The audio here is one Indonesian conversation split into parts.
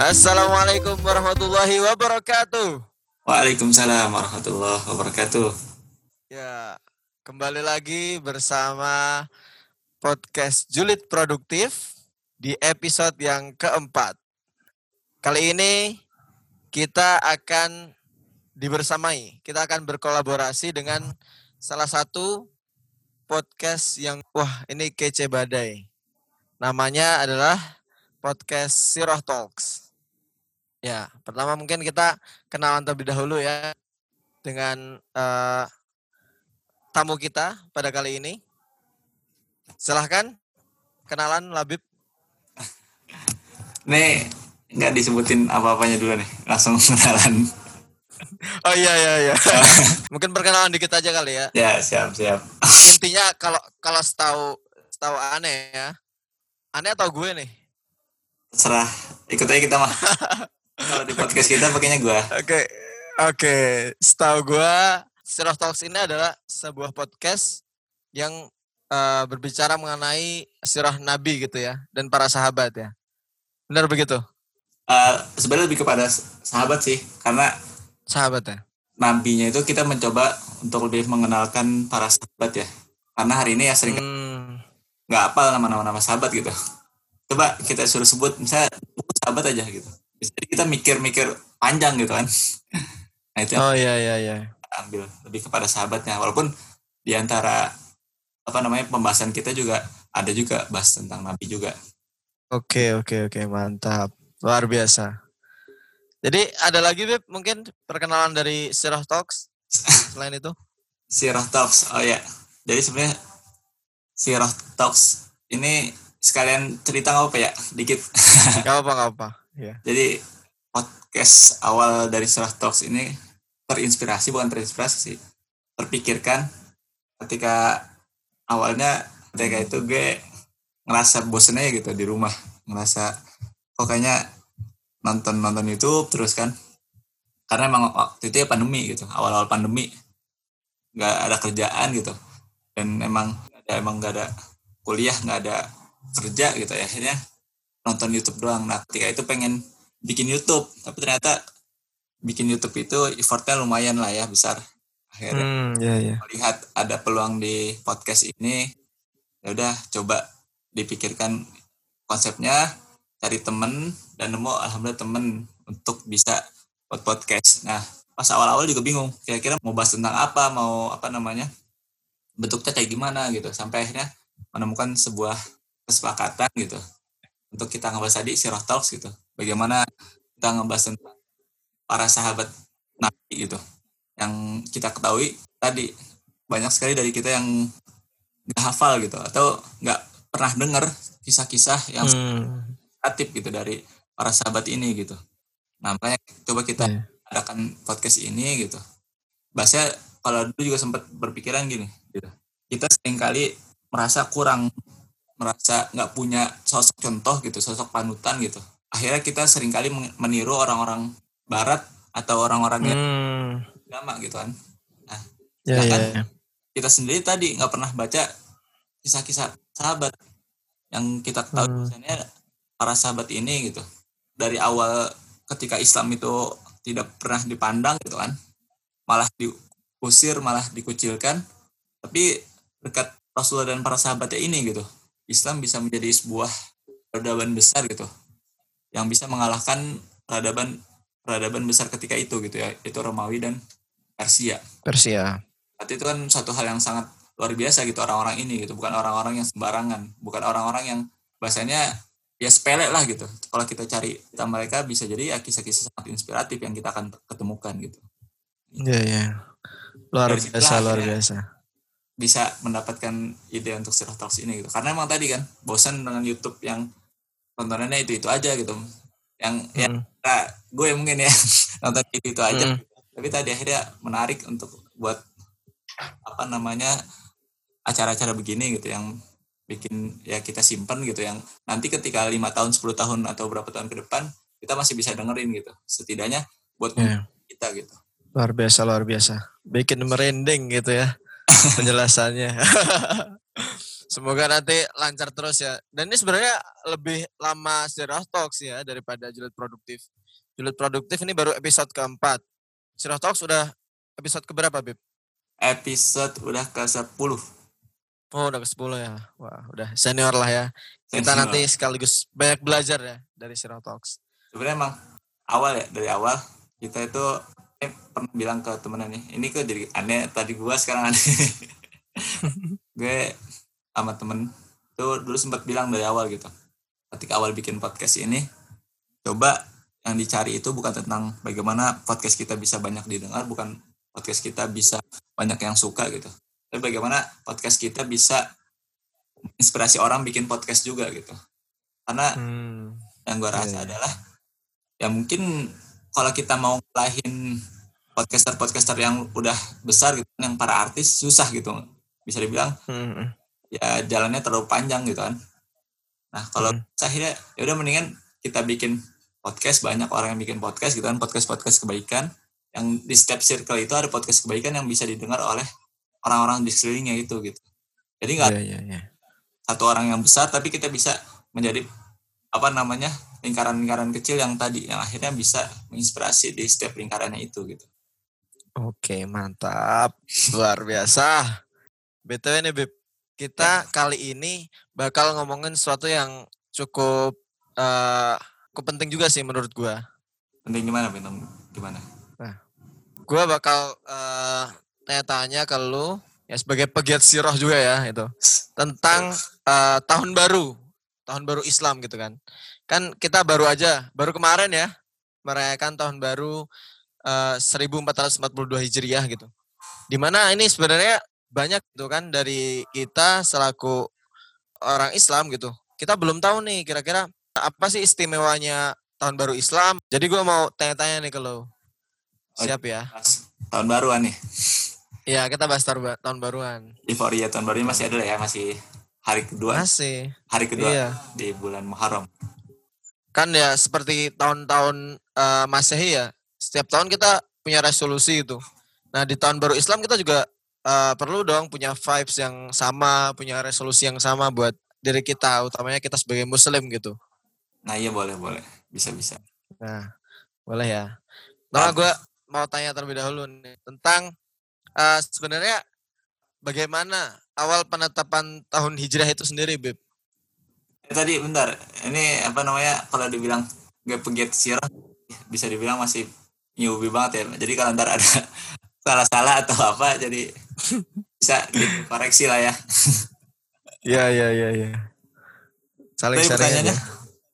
Assalamualaikum warahmatullahi wabarakatuh. Waalaikumsalam warahmatullahi wabarakatuh. Ya, kembali lagi bersama podcast Julid Produktif di episode yang keempat. Kali ini kita akan kita akan berkolaborasi dengan salah satu podcast yang ini kece badai. Namanya adalah podcast Sirah Talks. Ya, pertama mungkin kita kenalan terlebih dahulu ya dengan tamu kita pada kali ini. Silahkan kenalan Labib. Nih nggak disebutin apa-apanya dulu nih, langsung kenalan. Oh iya. Mungkin perkenalan dikit aja kali ya. Ya siap. Intinya kalau setahu aneh ya. Aneh atau gue nih? Terserah, ikut aja kita mah. Kalau di podcast kita pakainya gue. Oke. Setahu gue, Sirah Talks ini adalah sebuah podcast yang berbicara mengenai sirah Nabi gitu ya, dan para sahabat ya. Benar begitu? Sebenarnya lebih kepada sahabat sih, karena sahabat ya. Nabinya itu kita mencoba untuk lebih mengenalkan para sahabat ya. Karena hari ini ya sering nggak hafal nama-nama sahabat gitu. Coba kita suruh sebut misalnya sahabat aja gitu. Jadi kita mikir-mikir panjang gitu kan. Nah itu iya. Ambil lebih kepada sahabatnya, walaupun di antara pembahasan kita juga ada juga bahas tentang Nabi juga. Oke, mantap, luar biasa. Jadi ada lagi Beb, mungkin perkenalan dari Sirah Talks selain itu? Sirah Talks, oh ya. Jadi sebenarnya Sirah Talks ini sekalian cerita nggak apa ya, dikit. Nggak apa. Ya. Jadi podcast awal dari Sirah Talks ini bukan terinspirasi sih, terpikirkan ketika awalnya ketika itu gue ngerasa bosen aja gitu di rumah, ngerasa kok kayaknya nonton YouTube terus kan, karena emang waktu itu ya pandemi gitu, awal-awal pandemi nggak ada kerjaan gitu, dan emang nggak ada kuliah, nggak ada kerja gitu ya, akhirnya nonton YouTube doang. Nah ketika itu pengen bikin YouTube, tapi ternyata bikin YouTube itu effortnya lumayan lah ya, besar. Akhirnya melihat ada peluang di podcast ini, ya udah coba dipikirkan konsepnya, cari temen, dan nemu alhamdulillah temen untuk bisa buat podcast. Nah pas awal-awal juga bingung kira-kira mau bahas tentang apa, bentuknya kayak gimana gitu, sampai akhirnya menemukan sebuah kesepakatan gitu untuk kita ngebahas tadi Sirah Talks gitu, bagaimana kita ngebahas tentang para sahabat Nabi gitu, yang kita ketahui tadi banyak sekali dari kita yang nggak hafal gitu, atau nggak pernah dengar kisah-kisah yang kreatif gitu dari para sahabat ini gitu. Nah makanya coba kita adakan podcast ini gitu. Bahasnya kalau dulu juga sempat berpikiran gini gitu. Kita seringkali merasa nggak punya sosok contoh gitu, sosok panutan gitu. Akhirnya kita seringkali meniru orang-orang barat atau orang-orang yang agama gitu kan. Nah, kita sendiri tadi nggak pernah baca kisah-kisah sahabat yang kita tahu misalnya para sahabat ini gitu. Dari awal ketika Islam itu tidak pernah dipandang gitu kan, malah diusir, malah dikucilkan, tapi dekat Rasulullah dan para sahabatnya ini gitu, Islam bisa menjadi sebuah peradaban besar gitu, yang bisa mengalahkan peradaban besar ketika itu gitu ya, itu Romawi dan Persia. Berarti itu kan satu hal yang sangat luar biasa gitu, orang-orang ini gitu, bukan orang-orang yang sembarangan, bukan orang-orang yang bahasanya ya sepele lah gitu. Kalau kita cari kita mereka bisa jadi ya kisah-kisah sangat inspiratif yang kita akan ketemukan gitu. Iya. Luar biasa. Bisa mendapatkan ide untuk Sirah Talks ini gitu. Karena emang tadi kan bosan dengan YouTube yang tontonannya itu aja gitu. Yang gue mungkin ya nonton itu aja. Tapi tadi akhirnya menarik untuk buat acara-acara begini gitu, yang bikin ya kita simpen gitu, yang nanti ketika 5 tahun, 10 tahun atau berapa tahun ke depan kita masih bisa dengerin gitu. Setidaknya buat kita gitu. Luar biasa. Bikin merinding gitu ya penjelasannya. Semoga nanti lancar terus ya. Dan ini sebenarnya lebih lama Sirah Talks ya daripada Julid Produktif. Julid Produktif ini baru episode keempat. Sirah Talks udah episode keberapa, Bib? Episode udah ke-10. Oh, udah ke-10 ya. Wah, udah senior lah ya. Kita Senior. nanti sekaligus banyak belajar ya dari Sirah Talks. Sebenarnya emang dari awal kita itu pernah bilang ke temennya nih, ini kok jadi aneh tadi gua sekarang aneh. Gue sama temen tuh dulu sempat bilang dari awal gitu, ketika awal bikin podcast ini, coba yang dicari itu bukan tentang bagaimana podcast kita bisa banyak didengar, bukan podcast kita bisa banyak yang suka gitu, tapi bagaimana podcast kita bisa inspirasi orang bikin podcast juga gitu. Karena yang gue rasa adalah ya mungkin kalau kita mau ngalahin podcaster yang udah besar gitu, yang para artis susah gitu, bisa dibilang ya jalannya terlalu panjang gitu kan. Nah kalau akhirnya ya udah mendingan kita bikin podcast, banyak orang yang bikin podcast gitu kan, podcast kebaikan yang di setiap circle itu ada podcast kebaikan yang bisa didengar oleh orang-orang di sekelilingnya itu gitu. Jadi nggak satu orang yang besar, tapi kita bisa menjadi lingkaran-lingkaran kecil yang tadi yang akhirnya bisa menginspirasi di setiap lingkarannya itu gitu. Oke, mantap, luar biasa. BTW nih, Bib, kita kali ini bakal ngomongin sesuatu yang cukup penting juga sih menurut gue. Penting gimana, Bintang? Gimana? Nah, gue bakal tanya-tanya ke lu ya sebagai pegiat sirah juga ya itu tentang tahun baru Islam gitu kan. Kan kita baru kemarin ya merayakan tahun baru 1442 Hijriah gitu. Dimana ini sebenarnya banyak gitu kan dari kita selaku orang Islam gitu. Kita belum tahu nih kira-kira apa sih istimewanya tahun baru Islam. Jadi gue mau tanya-tanya nih ke lo. Siap ya? Tahun baruan nih. Iya, kita bahas tahun baruan. Euforia tahun baru ini masih ada lah ya, masih hari kedua. Masih. Hari kedua di bulan Muharram. Kan ya seperti tahun-tahun Masehi ya. Setiap tahun kita punya resolusi itu. Nah, di tahun baru Islam kita juga perlu dong punya vibes yang sama, punya resolusi yang sama buat diri kita, utamanya kita sebagai muslim gitu. Nah iya boleh. Bisa. Nah, boleh ya. Nah, gue mau tanya terlebih dahulu nih tentang sebenarnya bagaimana awal penetapan tahun hijrah itu sendiri, Bib? Tadi bentar, ini kalau dibilang gak pegiat sirah, bisa dibilang masih newbie banget ya. Jadi kalau ntar ada salah-salah atau apa, jadi bisa dikoreksi lah ya. Iya. Saling sharing aja.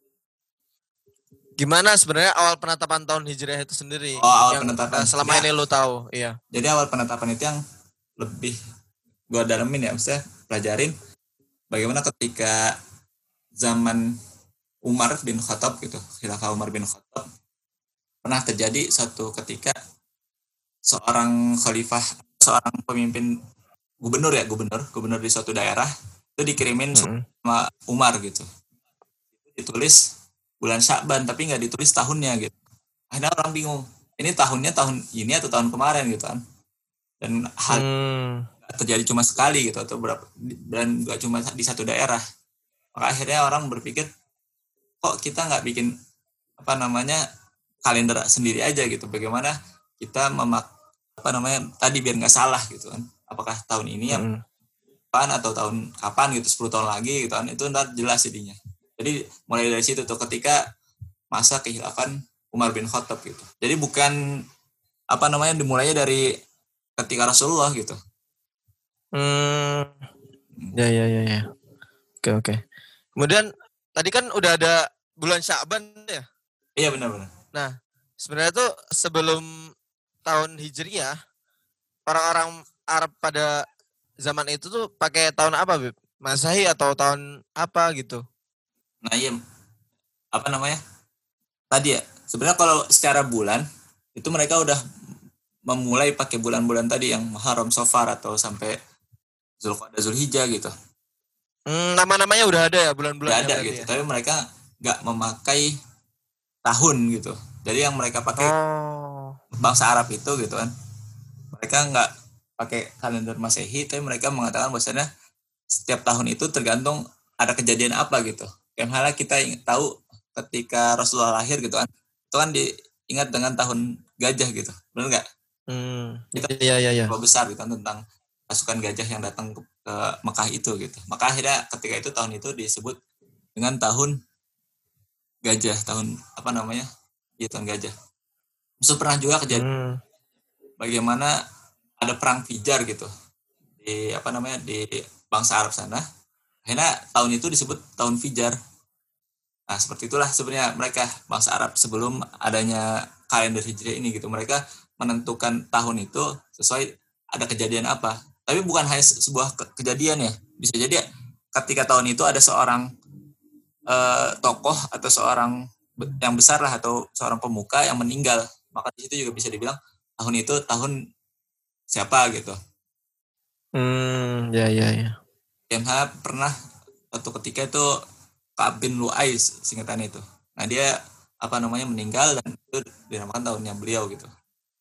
Gimana sebenarnya awal penetapan tahun hijrah itu sendiri? Awal penetapan. Selama ini lo tahu, iya. Jadi awal penetapan itu yang lebih gue dalemin ya, maksudnya pelajarin bagaimana ketika zaman Umar bin Khattab gitu, khilafah Umar bin Khattab, pernah terjadi suatu ketika seorang pemimpin gubernur di suatu daerah itu dikirimin sama Umar gitu. Ditulis bulan Sya'ban tapi nggak ditulis tahunnya gitu. Akhirnya orang bingung, ini tahunnya tahun ini atau tahun kemarin gitu kan. Dan hal terjadi cuma sekali gitu atau berapa, dan nggak cuma di satu daerah. Maka akhirnya orang berpikir, kok kita nggak bikin kalender sendiri aja gitu. Bagaimana kita tadi biar nggak salah gitu kan. Apakah tahun ini kapan atau tahun kapan gitu, 10 tahun lagi gitu kan. Itu ntar jelas jadinya. Jadi mulai dari situ tuh ketika masa kekhilafan Umar bin Khattab gitu. Jadi bukan dimulainya dari ketika Rasulullah gitu. Ya. Oke. Kemudian tadi kan udah ada bulan Sya'ban ya? Iya benar. Nah, sebenarnya tuh sebelum tahun Hijriah, orang-orang Arab pada zaman itu tuh pakai tahun apa, Bib? Masehi atau tahun apa gitu? Nah iya, tadi ya, sebenarnya kalau secara bulan, itu mereka udah memulai pakai bulan-bulan tadi yang Muharram, Safar atau sampai Zulqa'dah, Zulhijjah gitu. Nama-namanya udah ada ya bulan-bulan. Udah ada gitu, ya? Tapi mereka nggak memakai tahun gitu. Jadi yang mereka pakai bangsa Arab itu gitu kan, mereka nggak pakai kalender Masehi, tapi mereka mengatakan bahwasanya setiap tahun itu tergantung ada kejadian apa gitu. Kayak misalnya kita tahu ketika Rasulullah lahir gitu kan, itu kan diingat dengan tahun gajah gitu, benar nggak? Kita Iya. besar gitu kan tentang pasukan gajah yang datang ke Mekah itu gitu. Maka akhirnya ketika itu tahun itu disebut dengan tahun gajah, tahun apa namanya? Ya tahun gajah. Terus pernah juga kejadian bagaimana ada perang Fijar gitu di apa namanya di bangsa Arab sana. Akhirnya tahun itu disebut tahun Fijar. Nah seperti itulah sebenarnya mereka bangsa Arab sebelum adanya kalender Hijriah ini gitu. Mereka menentukan tahun itu sesuai ada kejadian apa. Tapi bukan hanya sebuah kejadian ya. Bisa jadi ketika tahun itu ada seorang tokoh atau seorang yang besar lah atau seorang pemuka yang meninggal. Maka di situ juga bisa dibilang tahun itu tahun siapa gitu. Ya. MH pernah suatu ketika itu Ka'ab bin Lu'ay singkatannya itu. Nah dia apa namanya meninggal dan itu dinamakan tahunnya beliau gitu.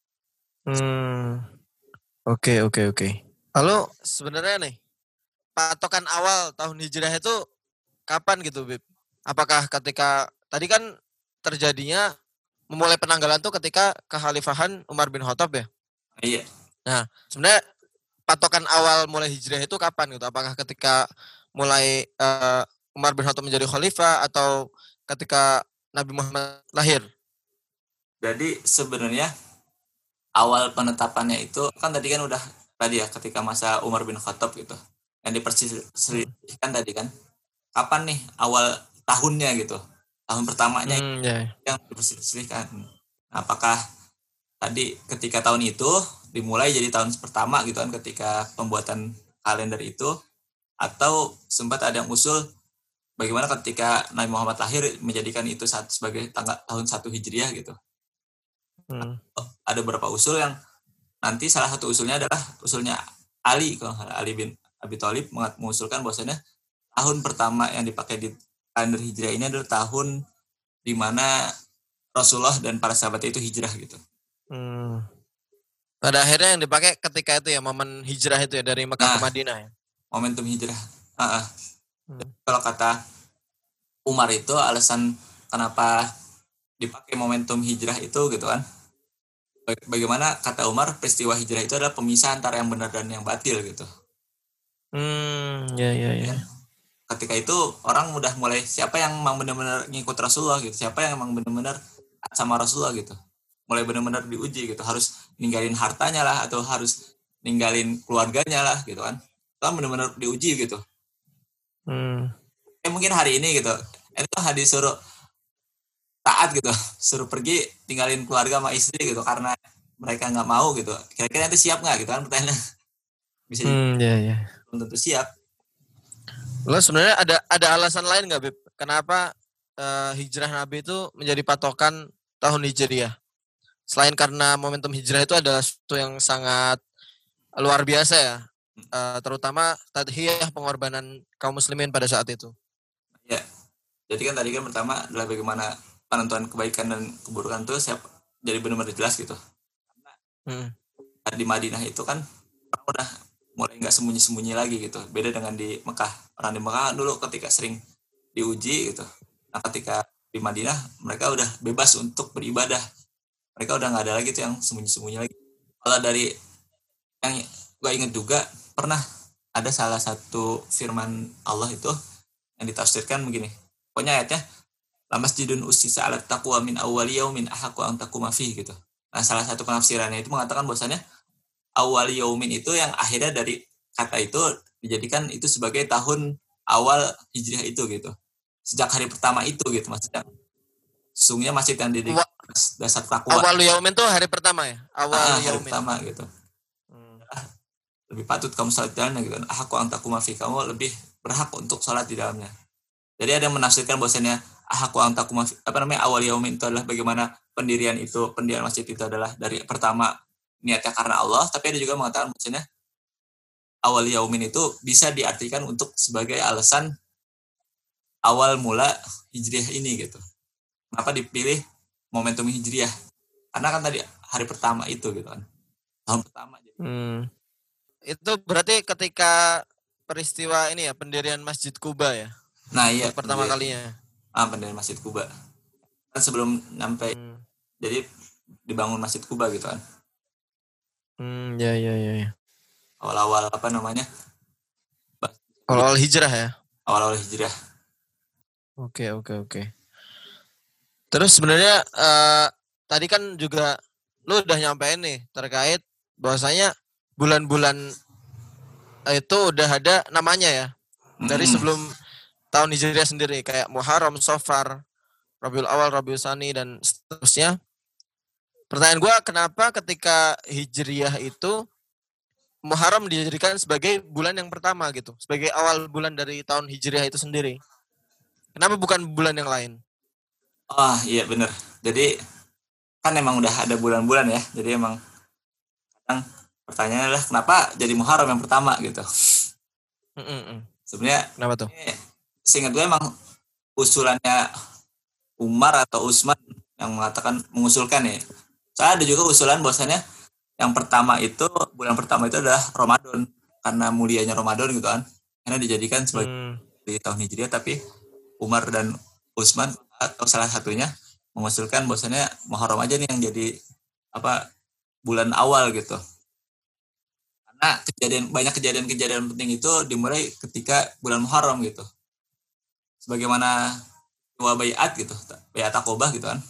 Oke. Lalu sebenarnya nih patokan awal tahun hijrah itu kapan gitu, Bib? Apakah ketika tadi kan terjadinya memulai penanggalan tuh ketika kekhalifahan Umar bin Khattab ya? Iya. Nah, sebenarnya patokan awal mulai hijrah itu kapan gitu? Apakah ketika mulai Umar bin Khattab menjadi khalifah atau ketika Nabi Muhammad lahir? Jadi sebenarnya awal penetapannya itu kan tadi kan udah tadi ya ketika masa Umar bin Khattab gitu. Yang diperselisihkan tadi kan kapan nih awal tahunnya gitu. Tahun pertamanya yang diperselisihkan. Apakah tadi ketika tahun itu dimulai jadi tahun pertama gitu kan ketika pembuatan kalender itu, atau sempat ada yang usul bagaimana ketika Nabi Muhammad lahir menjadikan itu sebagai tahun 1 Hijriah gitu. Ada beberapa usul yang nanti salah satu usulnya adalah usulnya Ali, kalau Ali bin Abi Thalib mengusulkan bahwasanya tahun pertama yang dipakai di kalender Hijriah ini adalah tahun di mana Rasulullah dan para sahabat itu hijrah gitu. Pada akhirnya yang dipakai ketika itu ya momen hijrah itu ya dari Mekah ke Madinah ya. Momentum hijrah. Kalau kata Umar itu alasan kenapa dipakai momentum hijrah itu gitu kan. Bagaimana kata Umar peristiwa hijrah itu adalah pemisah antara yang benar dan yang batil gitu. Ya. Ketika itu orang udah mulai siapa yang memang benar-benar ngikut Rasulullah gitu, siapa yang memang benar-benar sama Rasulullah gitu. Mulai benar-benar diuji gitu, harus ninggalin hartanya lah atau harus ninggalin keluarganya lah gitu kan. Itu kan benar-benar diuji gitu. Mungkin hari ini gitu, itu hadis suruh taat gitu, suruh pergi tinggalin keluarga sama istri gitu karena mereka nggak mau gitu. Kira-kira itu siap nggak gitu kan pertanyaan? Bisa ya. Belum tentu siap. Lalu sebenarnya ada alasan lain nggak, Bib? Kenapa hijrah Nabi itu menjadi patokan tahun Hijriah? Selain karena momentum hijrah itu adalah sesuatu yang sangat luar biasa ya, terutama tadhiyah pengorbanan kaum muslimin pada saat itu. Ya, jadi kan tadi kan pertama adalah bagaimana penentuan kebaikan dan keburukan itu jadi benar-benar jelas gitu. Karena di Madinah itu kan udah mulai nggak sembunyi-sembunyi lagi gitu. Beda dengan di Mekah. Orang di Mekah dulu ketika sering diuji gitu. Nah ketika di Madinah mereka udah bebas untuk beribadah. Mereka udah nggak ada lagi tuh yang sembunyi-sembunyi lagi. Kalau dari yang gue inget juga pernah ada salah satu firman Allah itu yang ditafsirkan begini. Pokoknya ayatnya la masjidun ussisa 'ala taqwa min awwali yaumin ahaqqu an taquma fihi gitu. Nah, salah satu penafsirannya itu mengatakan bahwasanya awal yaumin itu yang akhirnya dari kata itu dijadikan itu sebagai tahun awal hijriah itu gitu. Sejak hari pertama itu gitu maksudnya. Sesungguhnya masjid yang didirikan dasar takwa. Awal yaumin itu hari pertama ya? Awal hari pertama gitu. Lebih patut kamu salat di dalamnya gitu. Ahaqqu an taquma fihi, kamu lebih berhak untuk salat di dalamnya. Jadi ada yang menafsirkan bahwasanya ahaqqu an taquma awal yaumin itu adalah bagaimana pendirian masjid itu adalah dari pertama niatnya karena Allah, tapi ada juga mengatakan bahwasanya awal yaumin itu bisa diartikan untuk sebagai alasan awal mula hijriah ini gitu. Kenapa dipilih momentum hijriah? Karena kan tadi hari pertama itu gitu kan. Tahun pertama. Itu berarti ketika peristiwa ini ya, pendirian Masjid Kuba ya. Nah iya, Untuk pertama kalinya. pendirian Masjid Kuba. Kan sebelum sampai jadi dibangun Masjid Kuba gitu kan. Ya. Awal-awal apa namanya? Awal hijrah ya. Awal-awal hijrah. Oke. Terus sebenarnya tadi kan juga lu udah nyampein nih terkait bahwasanya bulan-bulan itu udah ada namanya ya. Dari sebelum tahun hijriah sendiri kayak Muharram, Safar, Rabiul Awal, Rabiul Tsani dan seterusnya. Pertanyaan gue, kenapa ketika hijriah itu Muharram dijadikan sebagai bulan yang pertama gitu, sebagai awal bulan dari tahun hijriah itu sendiri? Kenapa bukan bulan yang lain? Oh iya bener. Jadi kan emang udah ada bulan-bulan ya. Jadi emang kadang pertanyaannya adalah kenapa jadi Muharram yang pertama gitu. Sebenarnya kenapa tuh? Seingat gue emang usulannya Umar atau Utsman yang mengusulkan ya. Soalnya ada juga usulan bahwasannya yang pertama itu, bulan pertama itu adalah Ramadan, karena mulianya Ramadan gitu kan. Karena dijadikan sebagai di tahun Hijriah, tapi Umar dan Utsman atau salah satunya mengusulkan bahwasannya Muharram aja nih yang jadi bulan awal gitu. Karena banyak kejadian-kejadian penting itu dimulai ketika bulan Muharram gitu. Sebagaimana baiat gitu, baiat Aqobah gitu kan.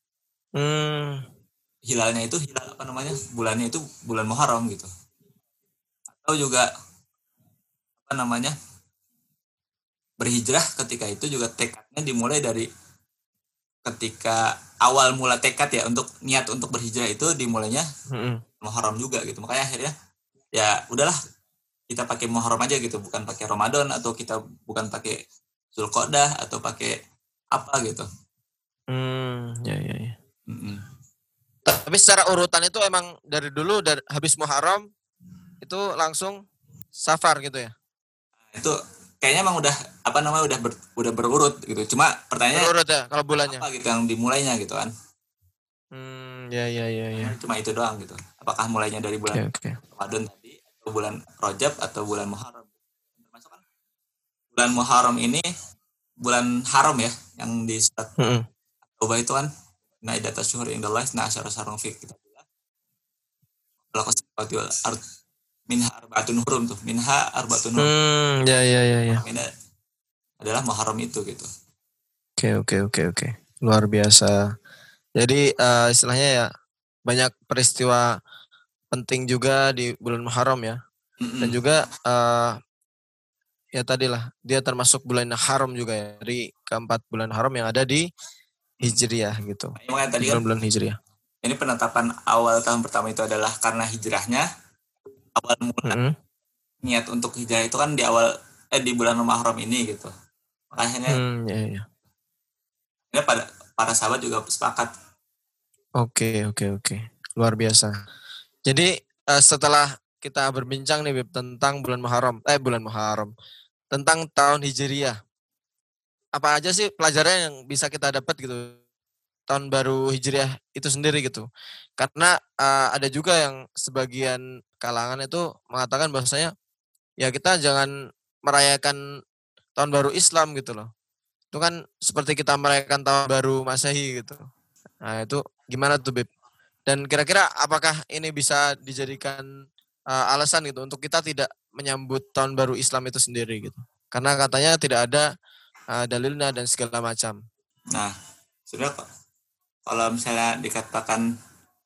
Hilalnya itu bulannya itu bulan Muharram gitu. Atau juga berhijrah ketika itu juga tekadnya dimulai dari ketika awal mula tekad ya, untuk niat untuk berhijrah itu dimulainya Muharram juga gitu. Makanya akhirnya ya udahlah kita pakai Muharram aja gitu, bukan pakai Ramadan, atau kita bukan pakai Zulqa'dah atau pakai apa gitu. Ya. Tapi secara urutan itu emang dari dulu habis Muharram itu langsung Safar gitu ya? Itu kayaknya emang udah udah berurut gitu. Cuma pertanyaannya berurut ya kalau bulannya. Apa gitu yang dimulainya gitu kan? Ya. Cuma itu doang gitu. Apakah mulainya dari bulan Ramadan tadi, atau bulan Rajab, atau bulan Muharram? Termasuk kan bulan Muharram ini bulan haram ya, yang di surat Taubah itu kan, na idata syuhur indallah na asyara sarung fi kitabillah. Kalau qasati wal ard minha arbaatun hurum tuh, minha arbaatun hurum. Ya. Ini adalah Muharram itu gitu. Oke. Luar biasa. Jadi istilahnya ya banyak peristiwa penting juga di bulan Muharram ya. Dan juga ya tadilah dia termasuk bulan haram juga ya, dari keempat bulan haram yang ada di Hijriah gitu. Tadi bulan Hijriah. Ini penetapan awal tahun pertama itu adalah karena hijrahnya. Awal mula niat untuk hijrah itu kan di bulan Muharram ini gitu. Makanya ya. Ini para sahabat juga sepakat. Oke. Luar biasa. Jadi setelah kita berbincang nih Bib, tentang bulan Muharram, tentang tahun Hijriah. Apa aja sih pelajaran yang bisa kita dapat gitu tahun baru Hijriah itu sendiri gitu. Karena ada juga yang sebagian kalangan itu mengatakan bahwasanya ya kita jangan merayakan tahun baru Islam gitu loh. Itu kan seperti kita merayakan tahun baru Masehi gitu. Nah, itu gimana tuh Bib? Dan kira-kira apakah ini bisa dijadikan alasan gitu untuk kita tidak menyambut tahun baru Islam itu sendiri gitu? Karena katanya tidak ada dalilnya dan segala macam. Nah, sebenarnya kalau misalnya dikatakan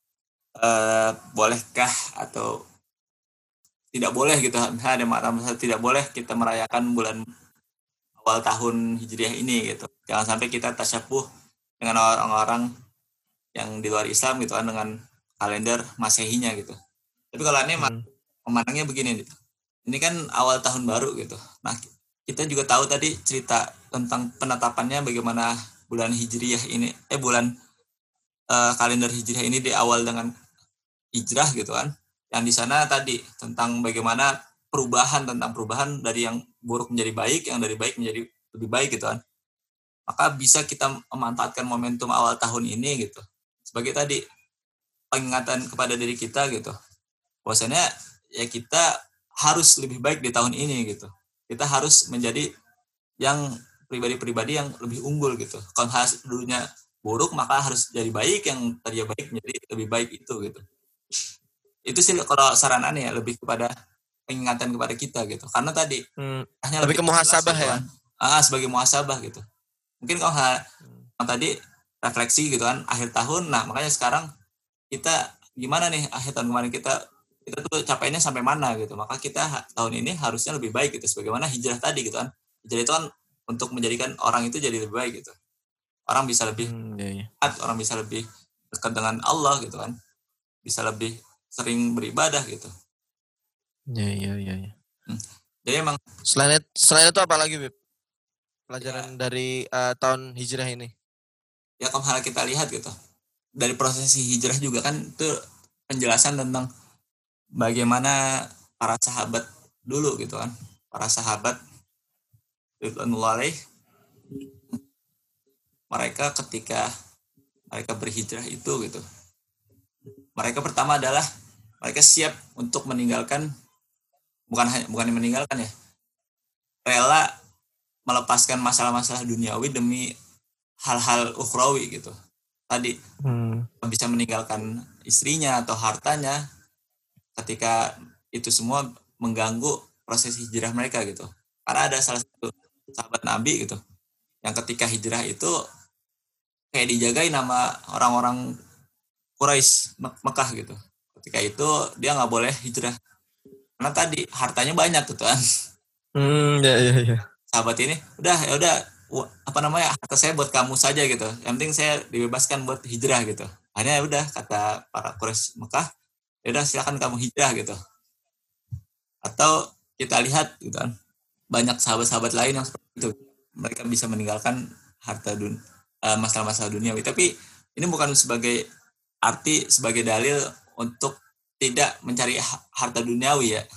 bolehkah atau tidak boleh gitu, misalnya ada makna tidak boleh kita merayakan bulan awal tahun Hijriah ini gitu. Jangan sampai kita tasyabuh dengan orang-orang yang di luar Islam gitu kan, dengan kalender Masehinya gitu. Tapi kalau ini memandangnya begini, ini kan awal tahun baru gitu. Nah, kita juga tahu tadi cerita tentang penetapannya bagaimana bulan Hijriah ini, kalender Hijriah ini di awal dengan hijrah gitu kan. Yang di sana tadi tentang bagaimana perubahan dari yang buruk menjadi baik, yang dari baik menjadi lebih baik gitu kan. Maka bisa kita memanfaatkan momentum awal tahun ini gitu sebagai tadi pengingatan kepada diri kita gitu. Bahwasanya ya kita harus lebih baik di tahun ini gitu. kita harus menjadi yang pribadi-pribadi yang lebih unggul gitu. Kalau dulunya buruk maka harus jadi baik, yang tadinya baik menjadi lebih baik gitu. Itu sih kalau saran aneh ya, lebih kepada pengingatan kepada kita gitu. Karena tadi hanya lebih ke muhasabah gitu ya. kan. Sebagai muhasabah gitu. Mungkin kalau yang tadi refleksi gitu kan akhir tahun. Nah, makanya sekarang kita gimana nih akhir tahun kemarin kita tuh capainya sampai mana gitu. Maka kita tahun ini harusnya lebih baik gitu, sebagaimana hijrah tadi gitu kan. Hijrah itu kan untuk menjadikan orang itu jadi lebih baik gitu. Orang bisa lebih orang bisa lebih dekat dengan Allah gitu kan. Bisa lebih sering beribadah gitu. Iya. Jadi emang selain itu apa lagi, Bib? Pelajaran dari tahun hijrah ini. Ya kalau hal kita lihat gitu. Dari prosesi hijrah juga kan itu penjelasan tentang bagaimana para sahabat dulu gitu kan. Para sahabat ridwanullah mereka ketika mereka berhijrah itu gitu. Mereka pertama adalah mereka siap untuk meninggalkan, bukan meninggalkan ya, rela melepaskan masalah-masalah duniawi demi hal-hal ukhrawi gitu. Tadi bisa meninggalkan istrinya atau hartanya ketika itu semua mengganggu proses hijrah mereka gitu. Karena ada salah satu sahabat Nabi gitu yang ketika hijrah itu kayak dijagain sama orang-orang Quraisy Mekah gitu. Ketika itu dia nggak boleh hijrah karena tadi hartanya banyak gitu kan. Ya. Sahabat ini udah harta saya buat kamu saja gitu. Yang penting saya dibebaskan buat hijrah gitu. Akhirnya udah kata para Quraisy Mekah, ya udah silakan kamu hijrah gitu. Atau kita lihat gitu kan, banyak sahabat-sahabat lain yang seperti itu. Mereka bisa meninggalkan harta masalah-masalah duniawi. Tapi ini bukan sebagai dalil untuk tidak mencari harta duniawi ya.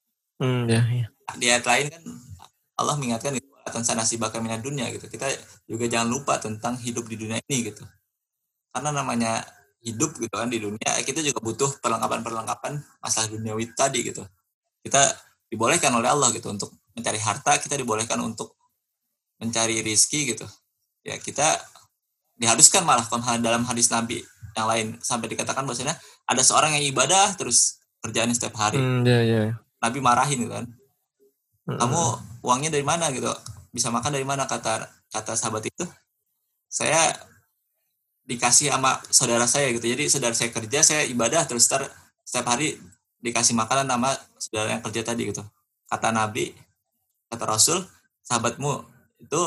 Di ayat lain kan Allah mengingatkan gitu, tansa nasibaka minad dunya gitu. Kita juga jangan lupa tentang hidup di dunia ini gitu. Karena namanya hidup gitu kan di dunia, kita juga butuh perlengkapan masalah duniawi tadi gitu. Kita dibolehkan oleh Allah gitu untuk mencari harta, kita dibolehkan untuk mencari rizki gitu. Ya kita diharuskan malah dalam hadis Nabi yang lain sampai dikatakan bahwasanya ada seorang yang ibadah terus kerjaannya setiap hari. Nabi marahin gitu kan. Kamu uangnya dari mana gitu? Bisa makan dari mana? Kata sahabat itu, saya dikasih sama saudara saya gitu. Jadi saudara saya kerja, saya ibadah terus setiap hari dikasih makanan sama saudara yang kerja tadi gitu. Kata Nabi, kata Rasul, sahabatmu itu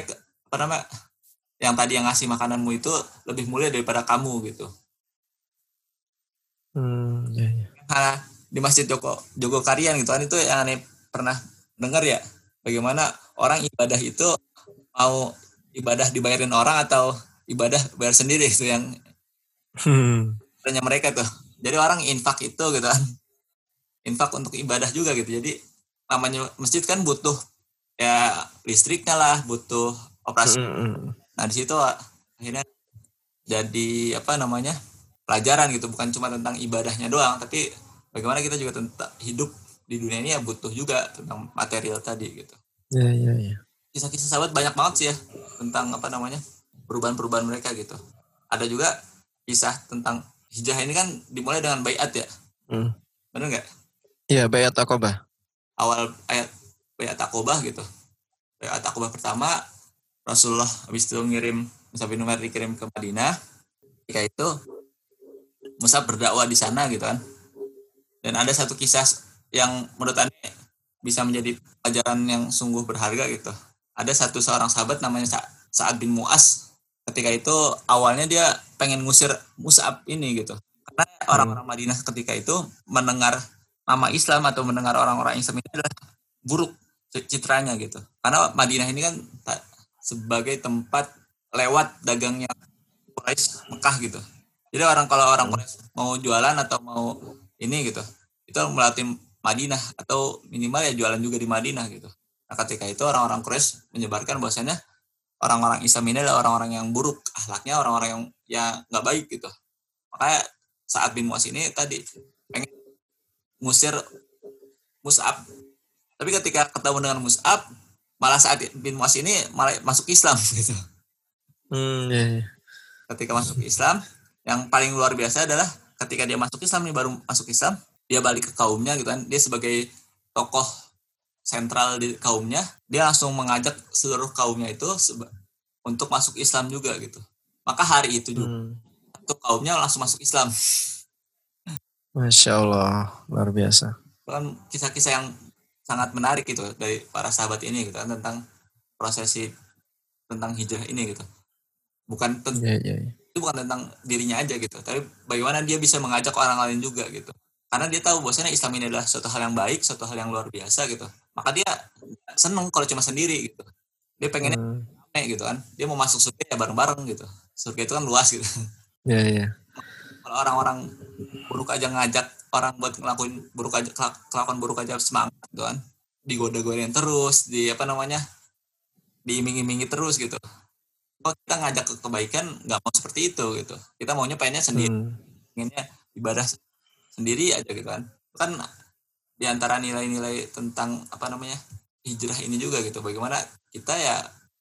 yang tadi yang ngasih makananmu itu lebih mulia daripada kamu gitu. Di Masjid Jogokarian gitu kan, itu yang aneh pernah dengar ya, bagaimana orang ibadah itu mau ibadah dibayarin orang atau ibadah bayar sendiri itu yang tanya mereka tuh. Jadi orang infak itu gitu kan, infak untuk ibadah juga gitu. Jadi namanya masjid kan butuh ya listriknya lah, butuh operasi. Nah di situ akhirnya jadi pelajaran gitu, bukan cuma tentang ibadahnya doang, tapi bagaimana kita juga tentang hidup di dunia ini ya butuh juga tentang material tadi gitu. Iya. Kisah-kisah sahabat banyak banget sih ya tentang perubahan-perubahan mereka gitu. Ada juga kisah tentang hijrah ini kan dimulai dengan baiat ya. Benar nggak? Iya, baiat Aqabah. Awal ayat baiat Aqabah gitu. Baiat Aqabah pertama Rasulullah habis itu ngirim Mus'ab bin Umair dikirim ke Madinah. Ketika itu Mus'ab berdakwah di sana gitu kan. Dan ada satu kisah yang menurut Anda bisa menjadi pelajaran yang sungguh berharga gitu. Ada seorang sahabat namanya Sa'ad bin Mu'az. Ketika itu awalnya dia pengen ngusir Mus'ab ini gitu. Karena orang-orang Madinah ketika itu mendengar nama Islam atau mendengar orang-orang Islam ini adalah buruk citranya gitu. Karena Madinah ini kan sebagai tempat lewat dagangnya Quraisy Mekah gitu. Jadi kalau orang Quraisy mau jualan atau mau ini gitu, itu melalui Madinah atau minimal ya jualan juga di Madinah gitu. Nah ketika itu orang-orang Quraisy menyebarkan bahwasanya orang-orang Islam ini adalah orang-orang yang buruk akhlaknya, orang-orang yang nggak baik gitu. Makanya Sa'ad bin Mu'az ini tadi pengen ngusir Mus'ab Tapi ketika ketemu dengan Mus'ab, malah Sa'ad bin Mu'adz ini malah masuk Islam gitu. Iya. Ketika masuk Islam, yang paling luar biasa adalah ketika dia masuk Islam nih, baru masuk Islam, dia balik ke kaumnya gitu kan. Dia sebagai tokoh sentral di kaumnya, dia langsung mengajak seluruh kaumnya itu untuk masuk Islam juga gitu. Maka hari itu juga untuk kaumnya langsung masuk Islam. Masya Allah, luar biasa. Kan kisah-kisah yang sangat menarik gitu dari para sahabat ini gitu kan, tentang prosesi tentang hijrah ini gitu. Itu bukan tentang dirinya aja gitu, tapi bagaimana dia bisa mengajak orang lain juga gitu. Karena dia tahu bahwasanya Islam ini adalah suatu hal yang baik, suatu hal yang luar biasa gitu. Maka dia seneng kalau cuma sendiri gitu. Dia pengennya gitu kan. Dia mau masuk surga ya bareng-bareng gitu. Surga itu kan luas gitu. Iya. Kalau orang-orang buruk aja ngajak orang buat ngelakuin buruk aja, kelakuan buruk aja semangat gitu kan. Digoda-godain terus, diiming-imingi terus gitu. Kalau kita ngajak ke kebaikan nggak mau seperti itu gitu. Kita maunya pengennya sendiri, pengennya ibadah sendiri aja gitu kan. Kan di antara nilai-nilai tentang hijrah ini juga gitu. Bagaimana kita ya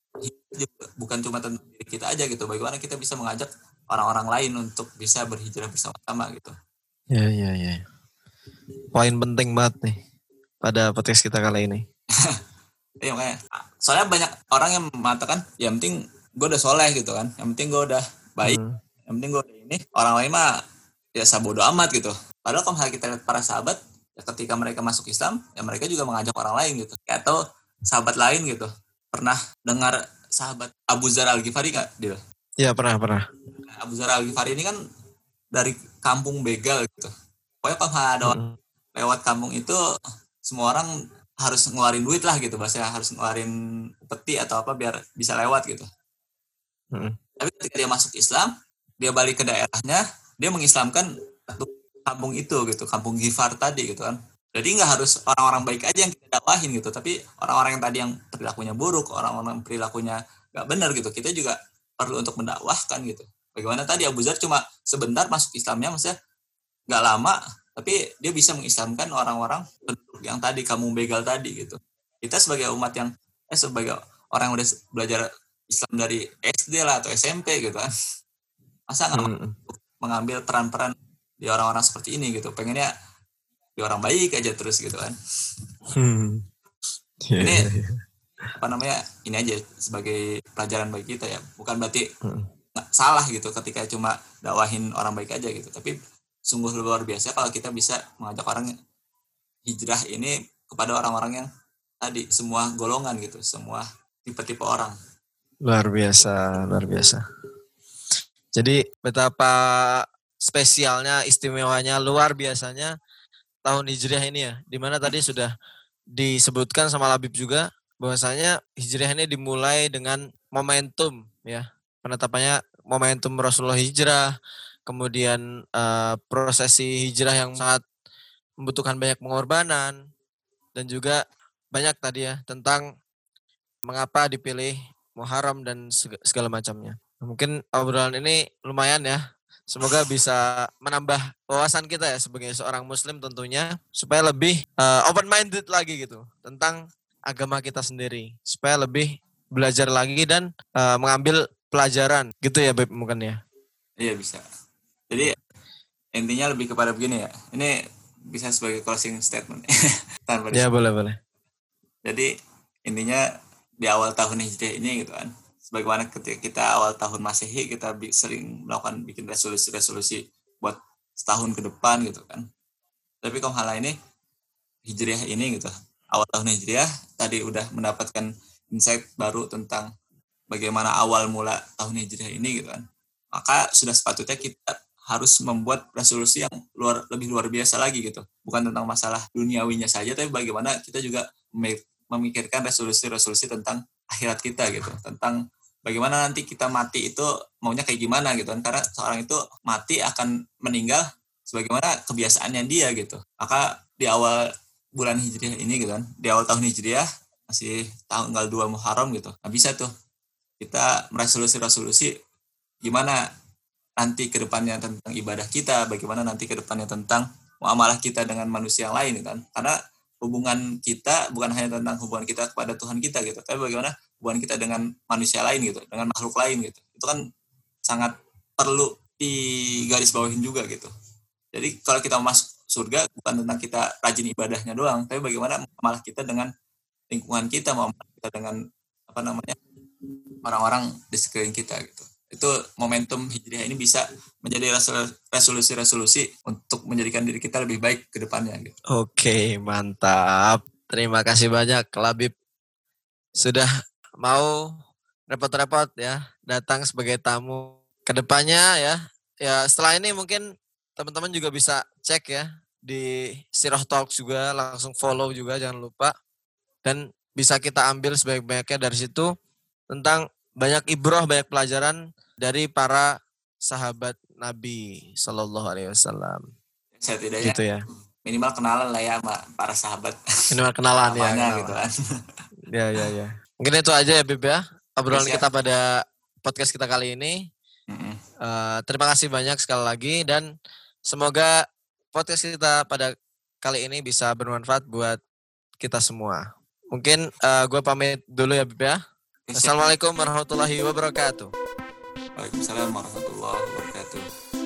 bukan cuma tentang diri kita aja gitu. Bagaimana kita bisa mengajak orang-orang lain untuk bisa berhijrah bersama-sama gitu. Iya. Poin penting banget nih pada podcast kita kali ini. Iya makanya. Soalnya banyak orang yang mengatakan ya penting gue udah soleh gitu kan. Yang penting gue udah baik. Yang penting gue udah ini. Orang lain mah ya sabodo amat gitu. Padahal kalau misalnya kita lihat para sahabat, ya ketika mereka masuk Islam, ya mereka juga mengajak orang lain gitu. Atau sahabat lain gitu. Pernah dengar sahabat Abu Dzar Al-Ghifari gak? Dia? Iya pernah. Abu Dzar Al-Ghifari ini kan dari kampung begal gitu. Pokoknya kalau ada orang lewat kampung itu, semua orang harus ngeluarin duit lah gitu. Bahasanya harus ngeluarin peti atau apa biar bisa lewat gitu. Tapi ketika dia masuk Islam, dia balik ke daerahnya, dia mengislamkan kampung itu gitu, kampung Ghifar tadi gitu kan. Jadi nggak harus orang-orang baik aja yang kita dakwahin gitu, tapi orang-orang yang tadi yang perilakunya buruk, orang-orang perilakunya nggak benar gitu, kita juga perlu untuk mendakwahkan gitu. Bagaimana tadi Abu Dzar cuma sebentar masuk Islamnya, maksudnya nggak lama, tapi dia bisa mengislamkan orang-orang yang tadi kampung begal tadi gitu. Kita sebagai umat yang sebagai orang yang udah belajar Islam dari SD lah atau SMP gitu kan, masa nggak mengambil peran-peran di orang-orang seperti ini gitu, pengennya di orang baik aja terus gitu kan. Ini ini aja sebagai pelajaran bagi kita ya, bukan berarti salah gitu ketika cuma dakwahin orang baik aja gitu, tapi sungguh luar biasa kalau kita bisa mengajak orang hijrah ini kepada orang-orang yang tadi semua golongan gitu, semua tipe-tipe orang. Luar biasa. Jadi betapa spesialnya, istimewanya, luar biasanya tahun hijriah ini ya. Dimana tadi sudah disebutkan sama Labib juga bahwasanya hijriah ini dimulai dengan momentum ya. Penetapannya momentum Rasulullah hijrah, kemudian prosesi hijrah yang sangat membutuhkan banyak pengorbanan, dan juga banyak tadi ya tentang mengapa dipilih Muharram dan segala macamnya. Mungkin obrolan ini lumayan ya. Semoga bisa menambah wawasan kita ya sebagai seorang muslim tentunya, supaya lebih open minded lagi gitu tentang agama kita sendiri, supaya lebih belajar lagi dan mengambil pelajaran gitu ya Beb mungkin ya. Iya bisa. Jadi intinya lebih kepada begini ya. Ini bisa sebagai closing statement. Ya boleh. Jadi intinya di awal tahun hijriah ini gitu kan, sebagaimana ketika kita awal tahun Masehi kita sering melakukan bikin resolusi buat setahun ke depan gitu kan. Tapi kalau hal ini hijriah ini gitu, awal tahun hijriah tadi udah mendapatkan insight baru tentang bagaimana awal mula tahun hijriah ini gitu kan. Maka sudah sepatutnya kita harus membuat resolusi yang lebih luar biasa lagi gitu. Bukan tentang masalah duniawinya saja, tapi bagaimana kita juga memikirkan resolusi-resolusi tentang akhirat kita gitu, tentang bagaimana nanti kita mati itu maunya kayak gimana gitu kan, karena seorang itu mati akan meninggal sebagaimana kebiasaannya dia gitu. Maka di awal bulan hijriah ini gitu kan, di awal tahun hijriah masih tanggal 2 Muharram gitu, nah bisa tuh kita meresolusi gimana nanti ke depannya tentang ibadah kita, bagaimana nanti ke depannya tentang muamalah kita dengan manusia yang lain kan. Karena hubungan kita bukan hanya tentang hubungan kita kepada Tuhan kita gitu, tapi bagaimana hubungan kita dengan manusia lain gitu, dengan makhluk lain gitu. Itu kan sangat perlu digarisbawahin juga gitu. Jadi kalau kita masuk surga bukan tentang kita rajin ibadahnya doang, tapi bagaimana malah kita dengan lingkungan kita, malah kita dengan orang-orang di sekeliling kita gitu. Itu momentum hijriah ini bisa menjadi resolusi-resolusi untuk menjadikan diri kita lebih baik ke depannya gitu. Oke, mantap. Terima kasih banyak Labib sudah mau repot-repot ya datang sebagai tamu. Kedepannya ya setelah ini mungkin teman-teman juga bisa cek ya di Sirah Talks juga, langsung follow juga jangan lupa. Dan bisa kita ambil sebaik-baiknya dari situ tentang banyak ibrah, banyak pelajaran dari para sahabat Nabi Sallallahu Alaihi Wasallam. Setidaknya Gitu ya. Minimal kenalan lah ya sama para sahabat. Minimal kenalan ya. Kenalan. Gitu kan. Ya. Mungkin itu aja ya Bib ya. Obrolan kita pada podcast kita kali ini. Terima kasih banyak sekali lagi dan semoga podcast kita pada kali ini bisa bermanfaat buat kita semua. Mungkin gue pamit dulu ya Bib ya. Assalamualaikum warahmatullahi wabarakatuh. Waalaikumsalam warahmatullahi wabarakatuh.